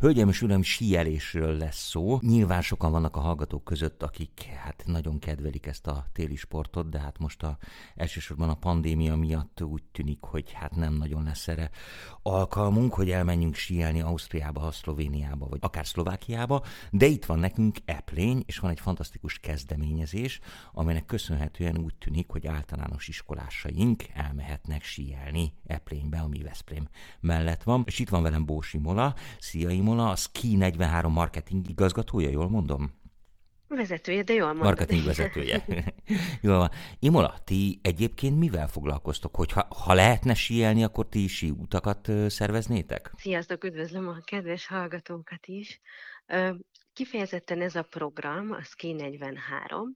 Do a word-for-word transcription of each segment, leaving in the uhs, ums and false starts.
Hölgyeim és uraim, síelésről lesz szó. Nyilván sokan vannak a hallgatók között, akik hát nagyon kedvelik ezt a téli sportot, de hát most a, elsősorban a pandémia miatt úgy tűnik, hogy hát nem nagyon lesz erre alkalmunk, hogy elmenjünk síelni Ausztriába, Szlovéniába, vagy akár Szlovákiába, de itt van nekünk Eplény, és van egy fantasztikus kezdeményezés, amelynek köszönhetően úgy tűnik, hogy általános iskolásaink elmehetnek síelni Eplénybe, ami Veszprém mellett van. És itt van velem Bós Imola. Szia Imola, a Ski negyvenhárom marketing igazgatója, jól mondom? Vezetője, de jól mondod. Marketing vezetője. Jól van. Imola, ti egyébként mivel foglalkoztok? Hogyha ha lehetne síelni, akkor ti sí utakat szerveznétek? Sziasztok, üdvözlöm a kedves hallgatókat is. Kifejezetten ez a program, a Ski negyvenhárom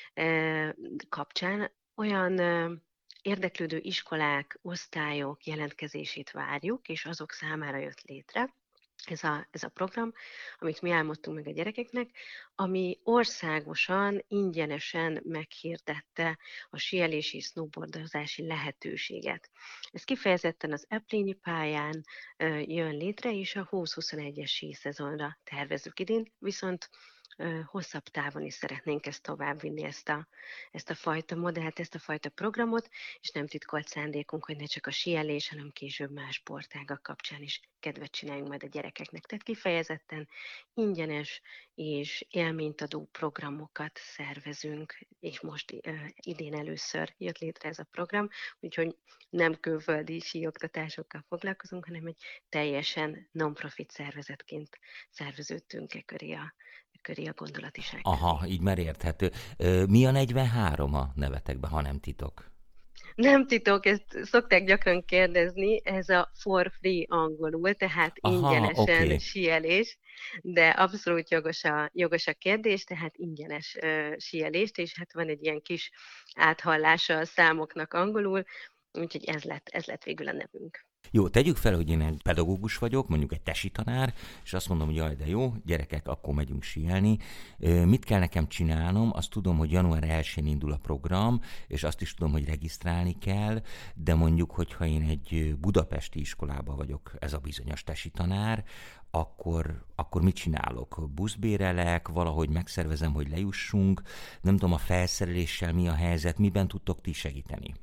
kapcsán olyan érdeklődő iskolák, osztályok jelentkezését várjuk, és azok számára jött létre ez a, ez a program, amit mi álmodtunk meg a gyerekeknek, ami országosan, ingyenesen meghirdette a síelési és snowboardozási lehetőséget. Ez kifejezetten az eplényi pályán jön létre, és a húsz-huszonegyes síszezonra tervezzük idén, viszont hosszabb távon is szeretnénk ezt továbbvinni, ezt a, ezt a fajta modellt, ezt a fajta programot, és nem titkolt szándékunk, hogy ne csak a síelés, hanem később más sportágak kapcsán is kedvet csináljunk majd a gyerekeknek. Tehát kifejezetten ingyenes és élményt adó programokat szervezünk, és most uh, idén először jött létre ez a program, úgyhogy nem külföldi síoktatásokkal foglalkozunk, hanem egy teljesen non-profit szervezetként szerveződtünk e köré a köré a gondolatiság. Aha, így már érthető. Mi a negyvenhárom a nevetekben, ha nem titok? Nem titok, ezt szokták gyakran kérdezni, ez a for free angolul, tehát Aha, ingyenesen okay. síelés, de abszolút jogos a, jogos a kérdés, tehát ingyenes uh, síelést, és hát van egy ilyen kis áthallása a számoknak angolul, úgyhogy ez lett, ez lett végül a nevünk. Jó, tegyük fel, hogy én egy pedagógus vagyok, mondjuk egy tesi tanár, és azt mondom, hogy jaj, de jó, gyerekek, akkor megyünk síelni. Mit kell nekem csinálnom? Azt tudom, hogy január elsején indul a program, és azt is tudom, hogy regisztrálni kell, de mondjuk, hogyha én egy budapesti iskolában vagyok, ez a bizonyos tesi tanár, akkor, akkor mit csinálok? Buszbérelek, valahogy megszervezem, hogy lejussunk, nem tudom, a felszereléssel mi a helyzet, miben tudtok ti segíteni?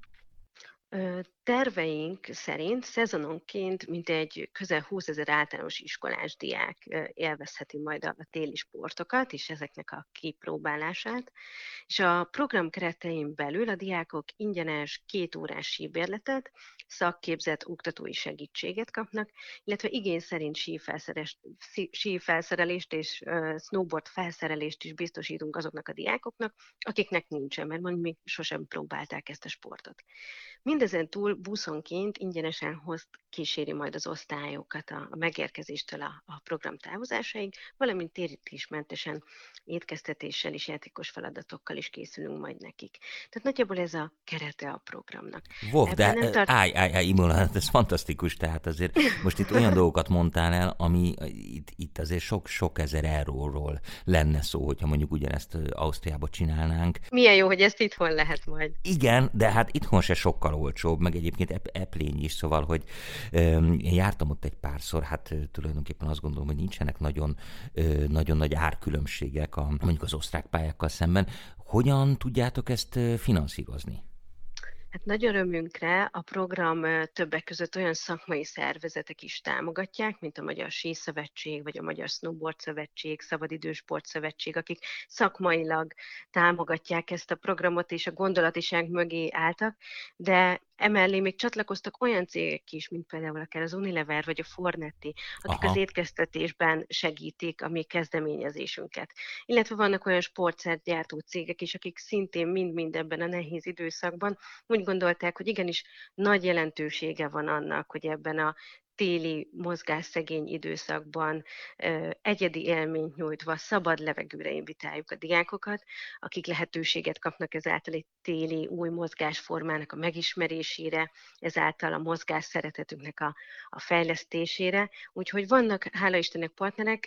Terveink szerint szezononként mintegy közel húszezer általános iskolás diák élvezheti majd a téli sportokat, és ezeknek a kipróbálását. És a program keretein belül a diákok ingyenes két órás síbérletet, szakképzett oktatói segítséget kapnak, illetve igény szerint sífelszerelést és snowboard felszerelést is biztosítunk azoknak a diákoknak, akiknek nincsen, mert mondjuk még sosem próbálták ezt a sportot. Mindezen túl buszonként ingyenesen hoz kíséri majd az osztályokat a, a megérkezéstől a, a program távozásáig, valamint térítésmentesen étkeztetéssel és játékos feladatokkal is készülünk majd nekik. Tehát nagyjából ez a kerete a programnak. Wow, de tart... állj, állj, állj, Imola, ez fantasztikus, tehát azért most itt olyan dolgokat mondtál el, ami itt, itt azért sok-sok ezer euróról lenne szó, hogyha mondjuk ugyanezt Ausztriába csinálnánk. Milyen jó, hogy ezt itthon lehet majd. Igen, de hát itthon se sokkal olcsóbb, meg egyébként Eplény is, szóval, hogy Én jártam ott egy párszor, hát tulajdonképpen azt gondolom, hogy nincsenek nagyon, nagyon nagy árkülönbségek a, mondjuk az osztrák pályákkal szemben. Hogyan tudjátok ezt finanszírozni? Hát nagy örömünkre a program többek között olyan szakmai szervezetek is támogatják, mint a Magyar Síszövetség, vagy a Magyar Snowboard Szövetség, Szabadidősport Szövetség, akik szakmailag támogatják ezt a programot, és a gondolatiság mögé álltak, de emellé még csatlakoztak olyan cégek is, mint például akár az Unilever vagy a Fornetti, akik Aha. az étkeztetésben segítik a mi kezdeményezésünket. Illetve vannak olyan sportszergyártó cégek is, akik szintén mind-mind ebben a nehéz időszakban úgy gondolták, hogy igenis nagy jelentősége van annak, hogy ebben a téli mozgásszegény időszakban ö, egyedi élményt nyújtva szabad levegőre invitáljuk a diákokat, akik lehetőséget kapnak ezáltal egy téli új mozgásformának a megismerésére, ezáltal a mozgás szeretetünknek a, a fejlesztésére. Úgyhogy vannak, hála Istennek, partnerek, de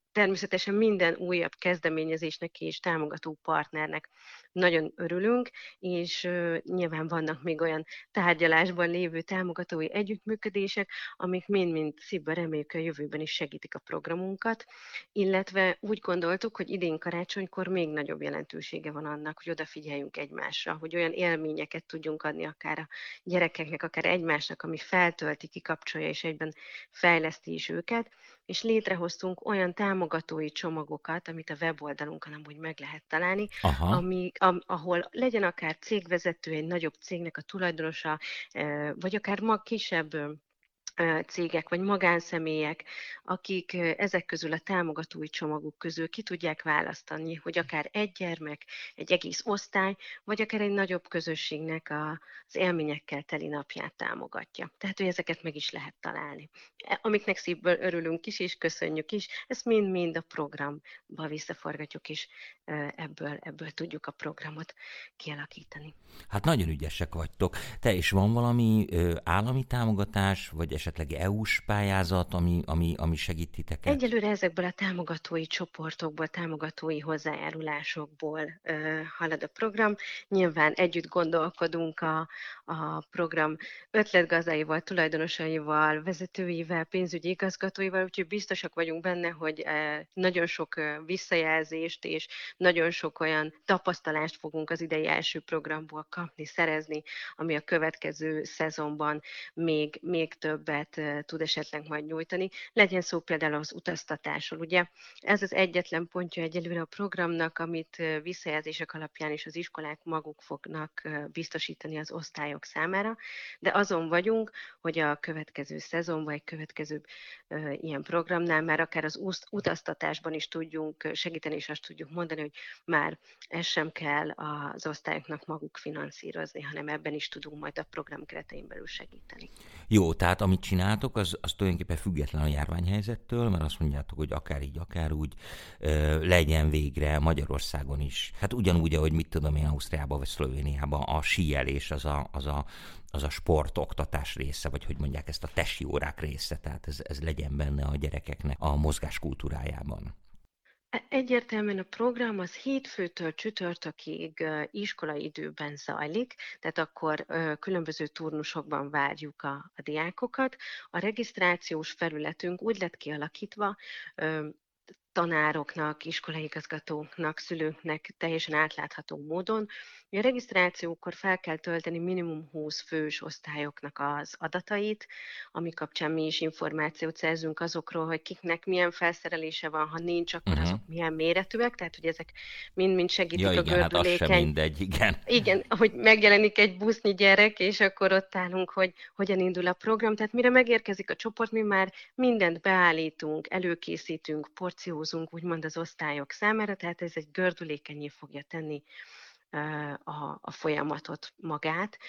természetesen minden újabb kezdeményezésnek és támogató partnernek nagyon örülünk, és ö, nyilván vannak még olyan tárgyalásban lévő támogatói együttműködések, amik mind-mind szívben reméljük a jövőben is segítik a programunkat, illetve úgy gondoltuk, hogy idén karácsonykor még nagyobb jelentősége van annak, hogy odafigyeljünk egymásra, hogy olyan élményeket tudjunk adni akár a gyerekeknek, akár egymásnak, ami feltölti, kikapcsolja és egyben fejleszti is őket, és létrehoztunk olyan támogatói csomagokat, amit a weboldalunkon amúgy meg lehet találni, Aha. ami, am, ahol legyen akár cégvezető, egy nagyobb cégnek a tulajdonosa, eh, vagy akár mag kisebb ö, ö, cégek, vagy magánszemélyek, akik ö, ezek közül a támogatói csomagok közül ki tudják választani, hogy akár egy gyermek, egy egész osztály, vagy akár egy nagyobb közösségnek a, az élményekkel teli napját támogatja. Tehát, hogy ezeket meg is lehet találni. E- Amiknek szívből örülünk is, és köszönjük is, ezt mind-mind a programba visszaforgatjuk, és ö, ebből, ebből tudjuk a programot kialakítani. Hát nagyon ügyesek vagytok. Te is van valami ö, állami támogatás, vagy esetleg é u-s pályázat, ami, ami, ami segít titeket? Egyelőre ezekből a támogatói csoportokból, támogatói hozzájárulásokból ö, halad a program. Nyilván együtt gondolkodunk a, a program ötletgazdaival, tulajdonosaival, vezetőivel, pénzügyi igazgatóival, úgyhogy biztosak vagyunk benne, hogy ö, nagyon sok ö, visszajelzést és nagyon sok olyan tapasztalást fogunk az idei első programból kapni, szerezni, ami a következő szezonban még, még többet ö, tud esetleg majd nyújtani. Legyen szó például az utaztatásról, ugye? Ez az egyetlen pontja egyelőre a programnak, amit ö, visszajelzések alapján is az iskolák maguk fognak ö, biztosítani az osztályok számára, de azon vagyunk, hogy a következő szezonban, egy következő ö, ilyen programnál már akár az usz- utaztatásban is tudjunk ö, segíteni, és azt tudjuk mondani, hogy már ez sem kell az osztályoknak maguk finanszírozni, hanem ebben is tudunk majd a program keretein belül segíteni. Jó, tehát amit csináltok, az, az tulajdonképpen független a járványhelyzettől, mert azt mondjátok, hogy akár így, akár úgy ö, legyen végre Magyarországon is. Hát ugyanúgy, ahogy mit tudom én, Ausztriában vagy Szlovéniában a síelés az a, az a, az a sportoktatás része, vagy hogy mondják ezt a tesi órák része, tehát ez, ez legyen benne a gyerekeknek a mozgás kultúrájában. E- Egyértelműen a program az hétfőtől csütörtökig ö, iskolai időben zajlik, tehát akkor ö, különböző turnusokban várjuk a, a diákokat. A regisztrációs felületünk úgy lett kialakítva, ö, tanároknak, iskolaigazgatóknak, szülőknek teljesen átlátható módon. A regisztrációkor fel kell tölteni minimum húsz fős osztályoknak az adatait, ami kapcsán mi is információt szerzünk azokról, hogy kiknek milyen felszerelése van, ha nincs, akkor Uh-huh. azok milyen méretűek, tehát hogy ezek mind-mind Ja segítik a igen, hát az sem gördülékeny. mindegy, igen. Igen, hogy megjelenik egy busznyi gyerek, és akkor ott állunk, hogy hogyan indul a program. Tehát mire megérkezik a csoport, mi már mindent beállítunk, előkészítünk, porciózunk, úgymond az osztályok számára, tehát ez egy gördülékenyé fogja tenni ö, a, a folyamatot magát,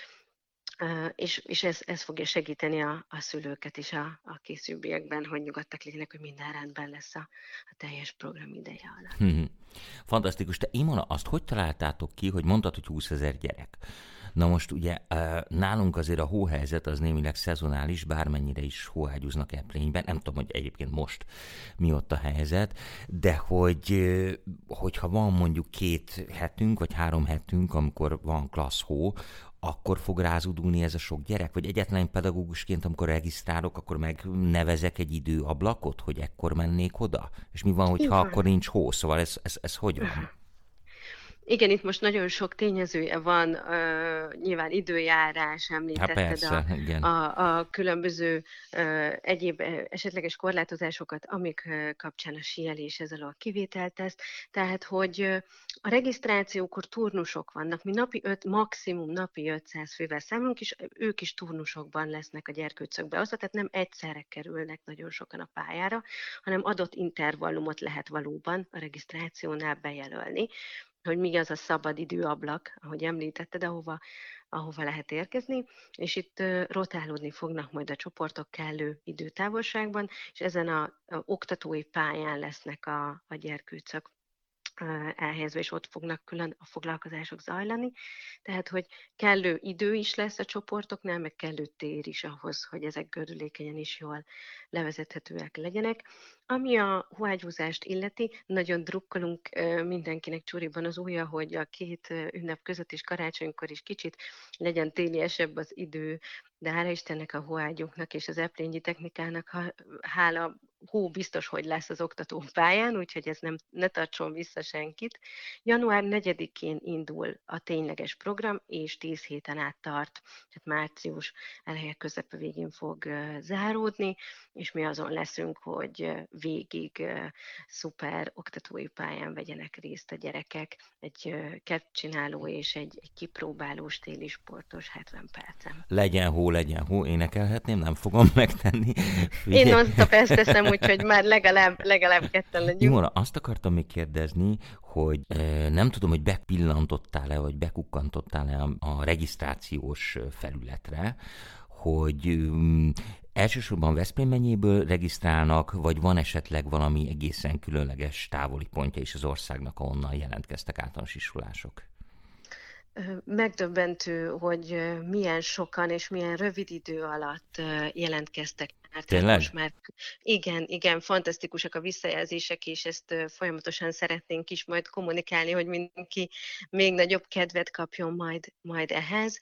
Ö, és, és ez, ez fogja segíteni a, a szülőket is a, a későbbiekben, hogy nyugodtak legyenek, hogy minden rendben lesz a, a teljes program ideje alatt. Mhm. Fantasztikus. Te Imona, azt hogy találtátok ki, hogy mondtad, hogy húszezer gyerek? Na most ugye ö, nálunk azért a hóhelyzet az némileg szezonális, bármennyire is hóágyúznak Eplényben, nem tudom, hogy egyébként most mi ott a helyzet, de hogy ö, hogyha van mondjuk két hetünk, vagy három hetünk, amikor van klassz hó, akkor fog rázudulni ez a sok gyerek? Vagy egyetlen pedagógusként, amikor regisztrálok, akkor megnevezek egy időablakot, hogy ekkor mennék oda? És mi van, Így hogyha van. akkor nincs hó? Szóval ez, ez, ez hogy van? Igen, itt most nagyon sok tényezője van, uh, nyilván időjárás, Hát említetted persze, a, igen. a, a különböző uh, egyéb uh, esetleges korlátozásokat, amik uh, kapcsán a síelés ez alól kivételt tesz. Tehát, hogy uh, a regisztrációkor turnusok vannak, mi napi öt, maximum napi ötszáz fővel számolunk, és ők is turnusokban lesznek a gyerkőcök beosztva, tehát nem egyszerre kerülnek nagyon sokan a pályára, hanem adott intervallumot lehet valóban a regisztrációnál bejelölni, hogy mi az a szabad időablak, ahogy említetted, ahova, ahova lehet érkezni, és itt ö, rotálódni fognak majd a csoportok kellő időtávolságban, és ezen a, a oktatói pályán lesznek a, a gyerkőcök elhelyezve, és ott fognak külön a foglalkozások zajlani. Tehát, hogy kellő idő is lesz a csoportoknál, meg kellő tér is ahhoz, hogy ezek gördülékenyen is jól levezethetőek legyenek. Ami a hóágyúzást illeti, nagyon drukkolunk mindenkinek csúriban az ujja, hogy a két ünnep között is karácsonykor is kicsit legyen téliesebb az idő, de hála Istennek a hóágyúknak és az eplényi technikának hála hó biztos, hogy lesz az oktatópályán, úgyhogy ez nem, ne tartson vissza senkit. január negyedikén indul a tényleges program, és tíz héten át tart, tehát március eleje közepe végén fog uh, záródni, és mi azon leszünk, hogy uh, végig uh, szuper oktatói pályán vegyenek részt a gyerekek, egy uh, kettcsináló és egy, egy kipróbálós téli sportos hetven percen. Legyen hó, legyen hó, énekelhetném, nem fogom megtenni. Én non-stop ezt teszem, úgyhogy már legalább, legalább ketten legyünk. Imora, azt akartam még kérdezni, hogy e, nem tudom, hogy bepillantottál-e, vagy bekukkantottál-e a, a regisztrációs felületre, hogy um, elsősorban Veszprém megyéből regisztrálnak, vagy van esetleg valami egészen különleges távoli pontja is az országnak, ahonnan jelentkeztek általános iskolások? Megdöbbentő, hogy milyen sokan és milyen rövid idő alatt jelentkeztek. Tényleg? Most már, igen, igen, fantasztikusak a visszajelzések, és ezt folyamatosan szeretnénk is majd kommunikálni, hogy mindenki még nagyobb kedvet kapjon majd, majd ehhez.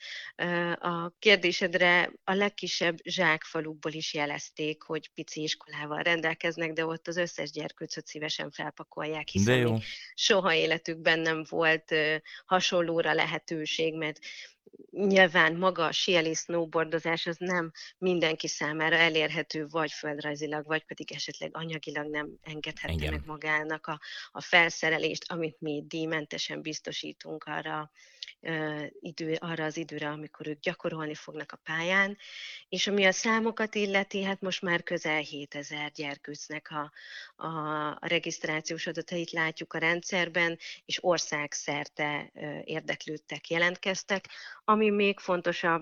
A kérdésedre a legkisebb zsákfalukból is jelezték, hogy pici iskolával rendelkeznek, de ott az összes gyerkőcöt szívesen felpakolják, hiszen soha életükben nem volt hasonlóra lehetőség, mert nyilván maga a síelés, snowboardozás az nem mindenki számára elérhető, vagy földrajzilag, vagy pedig esetleg anyagilag nem engedhette Engem. meg magának a, a felszerelést, amit mi díjmentesen biztosítunk arra, uh, idő, arra az időre, amikor ők gyakorolni fognak a pályán. És ami a számokat illeti, hát most már közel hétezer gyerkőcnek a, a, a regisztrációs adatait látjuk a rendszerben, és országszerte uh, érdeklődtek, jelentkeztek. Ami még fontosabb,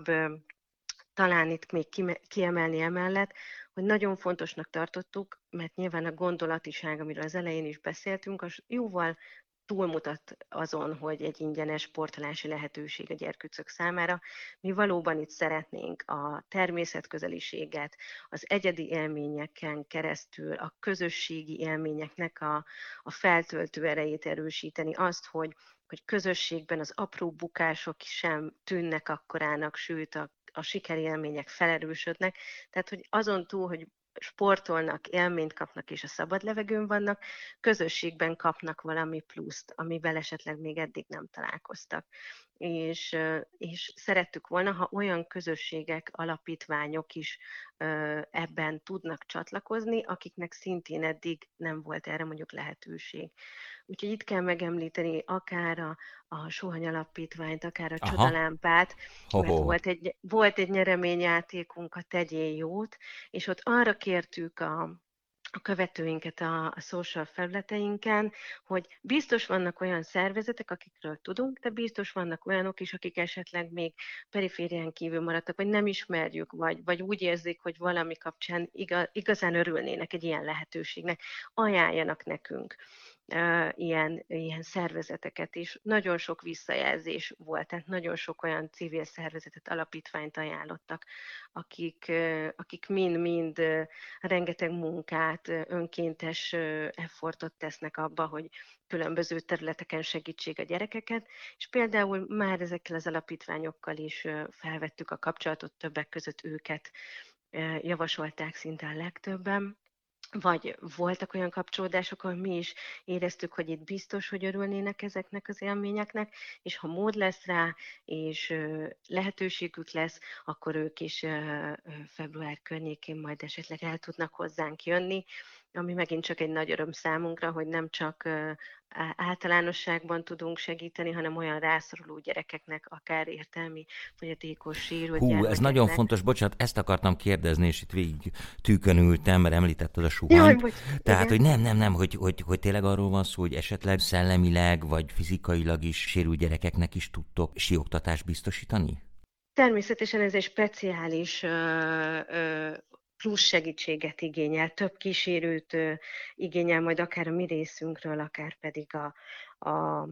talán itt még kiemelni emellett, hogy nagyon fontosnak tartottuk, mert nyilván a gondolatiság, amiről az elején is beszéltünk, az jóval túlmutat azon, hogy egy ingyenes sportolási lehetőség a gyerkőcök számára. Mi valóban itt szeretnénk a természetközeliséget, az egyedi élményeken keresztül, a közösségi élményeknek a, a feltöltő erejét erősíteni, azt, hogy hogy közösségben az apró bukások sem tűnnek akkorának, sőt a, a sikerélmények felerősödnek. Tehát, hogy azon túl, hogy sportolnak, élményt kapnak és a szabad levegőn vannak, közösségben kapnak valami pluszt, amivel esetleg még eddig nem találkoztak. És, és szerettük volna, ha olyan közösségek, alapítványok is ebben tudnak csatlakozni, akiknek szintén eddig nem volt erre mondjuk lehetőség. Úgyhogy itt kell megemlíteni akár a, a Sohany Alapítványt, akár a Aha. Csodalámpát, mert volt egy, volt egy nyereményjátékunk, a Tegyél jót, és ott arra kértük a, a követőinket a, a social felületeinken, hogy biztos vannak olyan szervezetek, akikről tudunk, de biztos vannak olyanok is, akik esetleg még periférián kívül maradtak, vagy nem ismerjük, vagy, vagy úgy érzik, hogy valami kapcsán igaz, igazán örülnének egy ilyen lehetőségnek, ajánljanak nekünk. Uh, ilyen, ilyen szervezeteket is. Nagyon sok visszajelzés volt, tehát nagyon sok olyan civil szervezetet, alapítványt ajánlottak, akik, uh, akik mind-mind uh, rengeteg munkát, uh, önkéntes uh, effortot tesznek abba, hogy különböző területeken segítsék a gyerekeket, és például már ezekkel az alapítványokkal is uh, felvettük a kapcsolatot, többek között őket uh, javasolták szinte a legtöbben. Vagy voltak olyan kapcsolódások, ahol mi is éreztük, hogy itt biztos, hogy örülnének ezeknek az élményeknek, és ha mód lesz rá, és lehetőségük lesz, akkor ők is február környékén majd esetleg el tudnak hozzánk jönni, ami megint csak egy nagy öröm számunkra, hogy nem csak általánosságban tudunk segíteni, hanem olyan rászoruló gyerekeknek, akár értelmi fogyatékos, sérült Hú, gyermekeknek. Ez nagyon fontos, bocsánat, ezt akartam kérdezni, és itt végig tűkön ültem, mert említetted a Sohanyt. Jaj, Tehát, igen. hogy nem, nem, nem, hogy, hogy, hogy tényleg arról van szó, hogy esetleg szellemileg, vagy fizikailag is sérült gyerekeknek is tudtok síoktatást biztosítani? Természetesen ez egy speciális ö, ö, plusz segítséget igényel, több kísérőt igényel, majd akár a mi részünkről, akár pedig a, a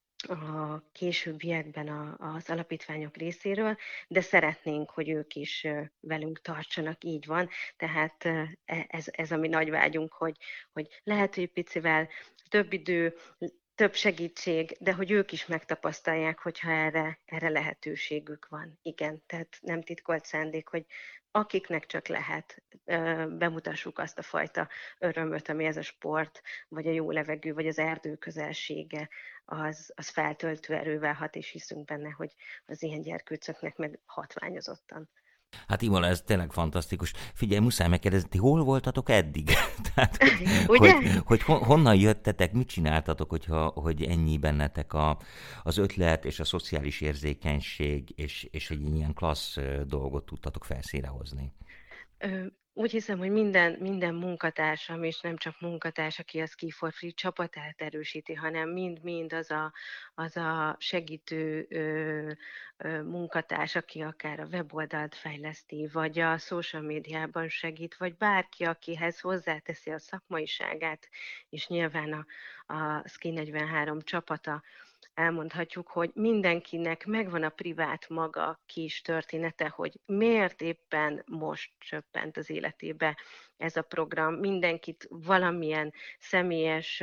a későbbiekben a, az alapítványok részéről, de szeretnénk, hogy ők is velünk tartsanak, így van. Tehát ez, ez a mi nagy vágyunk, hogy, hogy lehet, hogy picivel több idő, több segítség, de hogy ők is megtapasztalják, hogyha erre, erre lehetőségük van. Igen, tehát nem titkolt szándék, hogy akiknek csak lehet, bemutassuk azt a fajta örömöt, ami ez a sport, vagy a jó levegő, vagy az erdő közelsége, az, az feltöltő erővel hat, és hiszünk benne, hogy az ilyen gyerkőcöknek meg hatványozottan. Hát Imola, ez tényleg fantasztikus. Figyelj, muszáj megkérdezni, ti hol voltatok eddig? Tehát, hogy, Ugye? hogy, hogy honnan jöttetek, mit csináltatok, hogyha, hogy ennyi bennetek a, az ötlet és a szociális érzékenység, és, és egy ilyen klassz dolgot tudtatok felszínre hozni? Ö, úgy hiszem, hogy minden, minden munkatársam, és nem csak munkatárs, aki a Ski for Free csapatát erősíti, hanem mind-mind az a, az a segítő ö, ö, munkatárs, aki akár a weboldalt fejleszti, vagy a social médiában segít, vagy bárki, akihez hozzáteszi a szakmaiságát, és nyilván a, a Ski negyvenhárom csapata, elmondhatjuk, hogy mindenkinek megvan a privát maga kis története, hogy miért éppen most csöppent az életébe ez a program. Mindenkit valamilyen személyes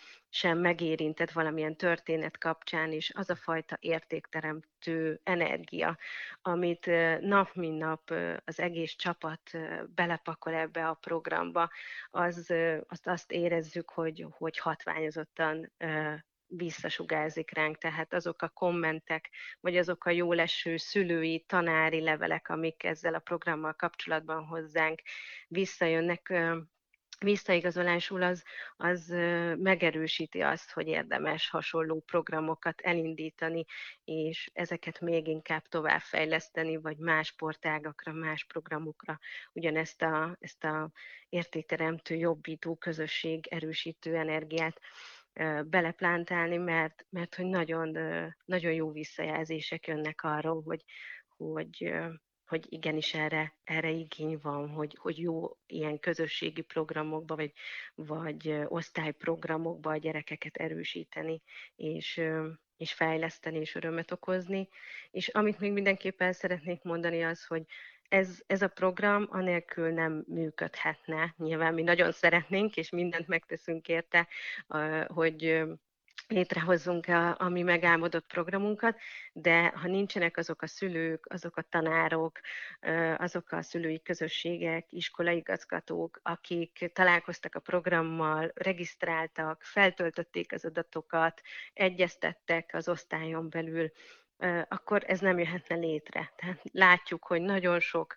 sem megérintett valamilyen történet kapcsán is, az a fajta értékteremtő energia, amit nap mint nap az egész csapat belepakol ebbe a programba, az, azt, azt érezzük, hogy, hogy hatványozottan visszasugárzik ránk, tehát azok a kommentek, vagy azok a jóleső szülői, tanári levelek, amik ezzel a programmal kapcsolatban hozzánk visszajönnek, visszaigazolásul az, az megerősíti azt, hogy érdemes hasonló programokat elindítani, és ezeket még inkább továbbfejleszteni, vagy más sportágakra, más programokra, ugyanezt a, ezt a értékteremtő, jobbító, közösség erősítő energiát beleplántálni, mert, mert hogy nagyon, nagyon jó visszajelzések jönnek arról, hogy, hogy, hogy igenis erre, erre igény van, hogy, hogy jó ilyen közösségi programokba, vagy, vagy osztályprogramokba a gyerekeket erősíteni, és, és fejleszteni, és örömet okozni. És amit még mindenképpen szeretnék mondani az, hogy Ez, ez a program anélkül nem működhetne. Nyilván mi nagyon szeretnénk, és mindent megteszünk érte, hogy létrehozzunk a, a mi megálmodott programunkat, de ha nincsenek azok a szülők, azok a tanárok, azok a szülői közösségek, iskolaigazgatók, akik találkoztak a programmal, regisztráltak, feltöltötték az adatokat, egyeztettek az osztályon belül, akkor ez nem jöhetne létre. Tehát látjuk, hogy nagyon sok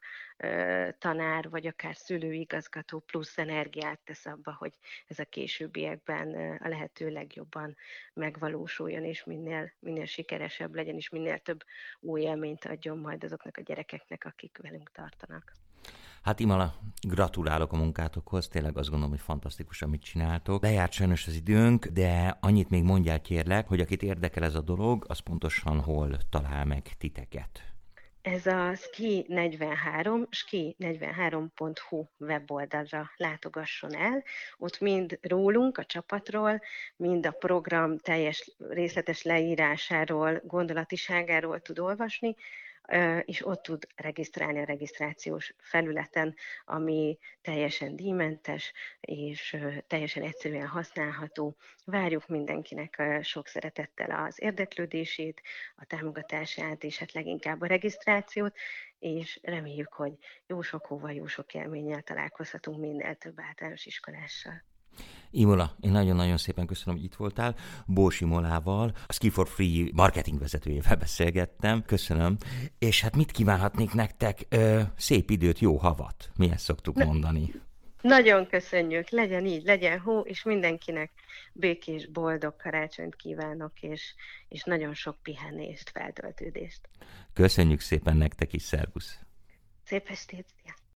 tanár, vagy akár szülőigazgató plusz energiát tesz abba, hogy ez a későbbiekben a lehető legjobban megvalósuljon, és minél, minél sikeresebb legyen, és minél több új élményt adjon majd azoknak a gyerekeknek, akik velünk tartanak. Hát Imola, gratulálok a munkátokhoz, tényleg azt gondolom, hogy fantasztikus, amit csináltok. Lejárt sajnos az időnk, de annyit még mondjál kérlek, hogy akit érdekel ez a dolog, az pontosan hol talál meg titeket. Ez a Ski negyvenhárom, ski negyvenhárom pont hu weboldalra látogasson el. Ott mind rólunk, a csapatról, mind a program teljes részletes leírásáról, gondolatiságáról tud olvasni, és ott tud regisztrálni a regisztrációs felületen, ami teljesen díjmentes és teljesen egyszerűen használható. Várjuk mindenkinek sok szeretettel az érdeklődését, a támogatását, és hát leginkább a regisztrációt, és reméljük, hogy jó sok hóval, jó sok élménnyel találkozhatunk minél több általános iskolással. Imola, én nagyon-nagyon szépen köszönöm, hogy itt voltál. Bós Imolával, a Ski for Free marketing vezetőjével beszélgettem. Köszönöm. És hát mit kívánhatnék nektek? Ö, szép időt, jó havat. Mi ezt szoktuk mondani. Nagyon köszönjük. Legyen így, legyen hó, és mindenkinek békés, boldog karácsonyt kívánok, és, és nagyon sok pihenést, feltöltődést. Köszönjük szépen nektek is, szervusz. Szép estét!